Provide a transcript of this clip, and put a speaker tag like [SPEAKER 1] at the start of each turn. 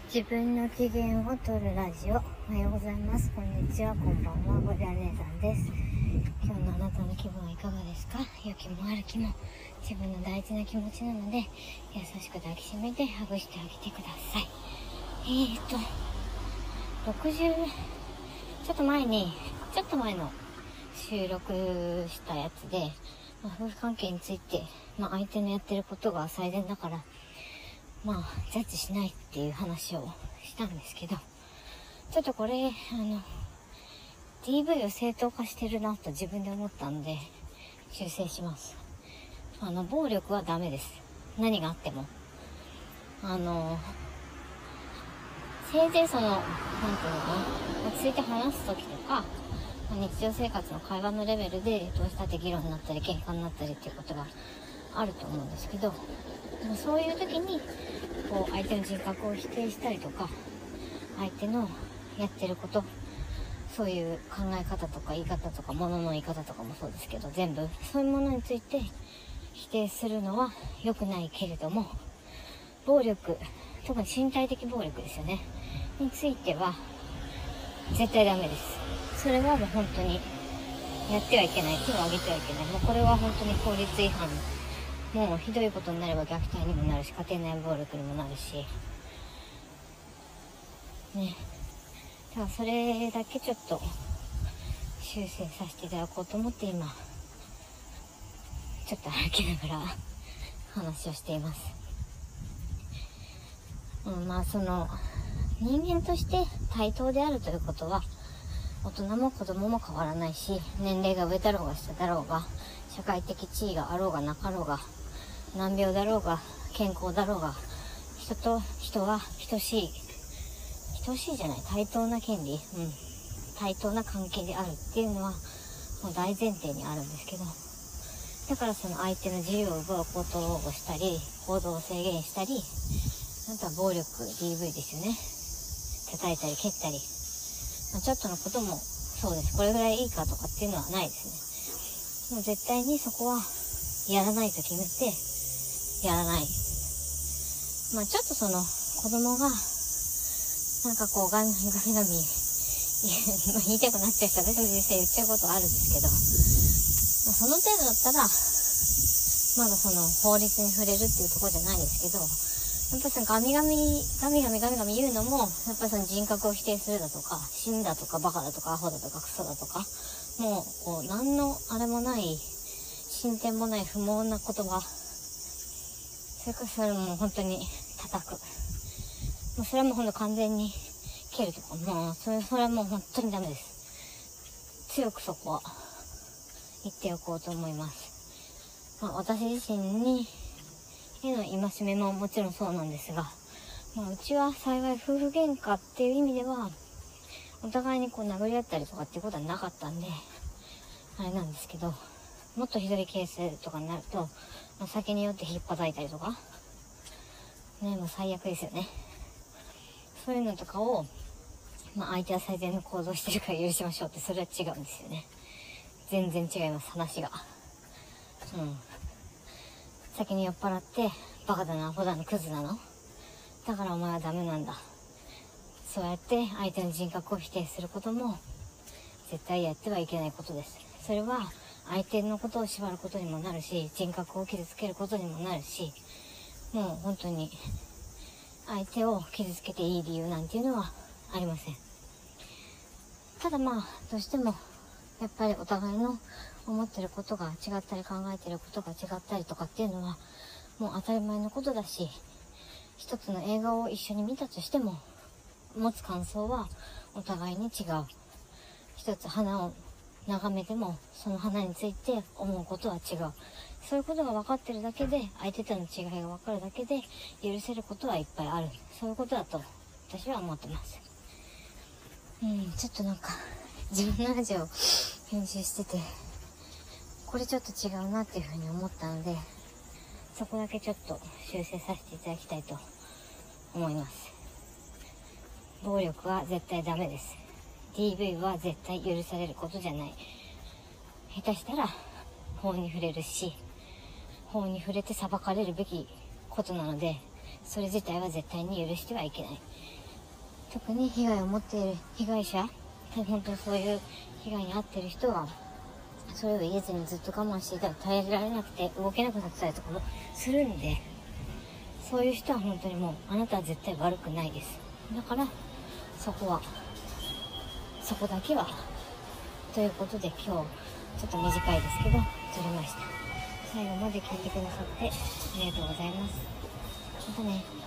[SPEAKER 1] 自分の機嫌を取るラジオ。おはようございます。こんにちは、こんばんは。ゴリラ姉さんです。今日のあなたの気分はいかがですか？良きも悪きも自分の大事な気持ちなので、優しく抱きしめてハグしてあげてください。60ちょっと前の収録したやつで、夫婦関係について、相手のやってることが最善だからジャッジしないっていう話をしたんですけど、ちょっとこれDV を正当化してるなと自分で思ったので修正します。暴力はダメです。何があってもせいぜい落ち着いて話す時とか日常生活の会話のレベルでどうしたって議論になったり喧嘩になったりっていうことがあると思うんですけど、そういう時に相手の人格を否定したりとか、相手のやってること、そういう考え方とか言い方とか物の言い方とかもそうですけど、全部そういうものについて否定するのは良くないけれども、暴力、特に身体的暴力ですよねについては絶対ダメです。それはもう本当にやってはいけない、手を挙げてはいけない。もうこれは本当に法律違反、もうひどいことになれば虐待にもなるし、家庭内暴力にもなるしね。だからそれだけちょっと修正させていただこうと思って今ちょっと歩きながら話をしています。人間として対等であるということは、大人も子供も変わらないし、年齢が上だろうが下だろうが、社会的地位があろうがなかろうが、難病だろうが健康だろうが、人と人は等しいじゃない、対等な権利、対等な関係であるっていうのはもう大前提にあるんですけど、だからその相手の自由を奪うことをしたり、行動を制限したり、あとは暴力、DV ですよね。叩いたり蹴ったり、ちょっとのこともそうです。これぐらいいいかとかっていうのはないですね。もう絶対にそこはやらないと決めてやらない。ちょっとその子供がガミガミ言いたくなっちゃう人は私も実際言っちゃうことあるんですけど、その程度だったらまだその法律に触れるっていうところじゃないですけど、やっぱりそのガミガミ言うのも、やっぱりその人格を否定するだとか、死んだとかバカだとかアホだとかクソだとか、もう何のあれもない進展もない不毛な言葉、それも本当に叩く、もうそれはもうほんと完全に蹴るとか、もうそれはもう本当にダメです。強くそこは言っておこうと思います。私自身への戒めももちろんそうなんですが、うちは幸い夫婦喧嘩っていう意味ではお互いに殴り合ったりとかっていうことはなかったんであれなんですけど、もっとひどいケースとかになると、酒によってひっぱたいたりとかね、もう最悪ですよね。そういうのとかを、相手は最善の行動してるから許しましょうって、それは違うんですよね。全然違います、話が。酒に酔っ払ってバカだな、アホだな、クズなのだからお前はダメなんだ、そうやって相手の人格を否定することも絶対やってはいけないことです。それは相手のことを縛ることにもなるし、人格を傷つけることにもなるし、もう本当に相手を傷つけていい理由なんていうのはありません。ただどうしてもやっぱりお互いの思ってることが違ったり考えてることが違ったりとかっていうのはもう当たり前のことだし、一つの映画を一緒に見たとしても持つ感想はお互いに違う。一つ花を眺めてもその花について思うことは違う。そういうことが分かってるだけで、相手との違いが分かるだけで許せることはいっぱいある。そういうことだと私は思ってます。ちょっと自分のラジオ編集しててこれちょっと違うなっていうふうに思ったので、そこだけちょっと修正させていただきたいと思います。暴力は絶対ダメです。 DV は絶対許されることじゃない。下手したら法に触れるし、法に触れて裁かれるべきことなので、それ自体は絶対に許してはいけない。 特に被害を持っている被害者、本当にそういう被害に遭っている人は、それを言えずにずっと我慢していたら耐えられなくて動けなくなってたりとかもするんで、そういう人は本当にもうあなたは絶対悪くないです。だからそこだけはということで、今日ちょっと短いですけど撮りました。最後まで聞いてくださってありがとうございます。またね。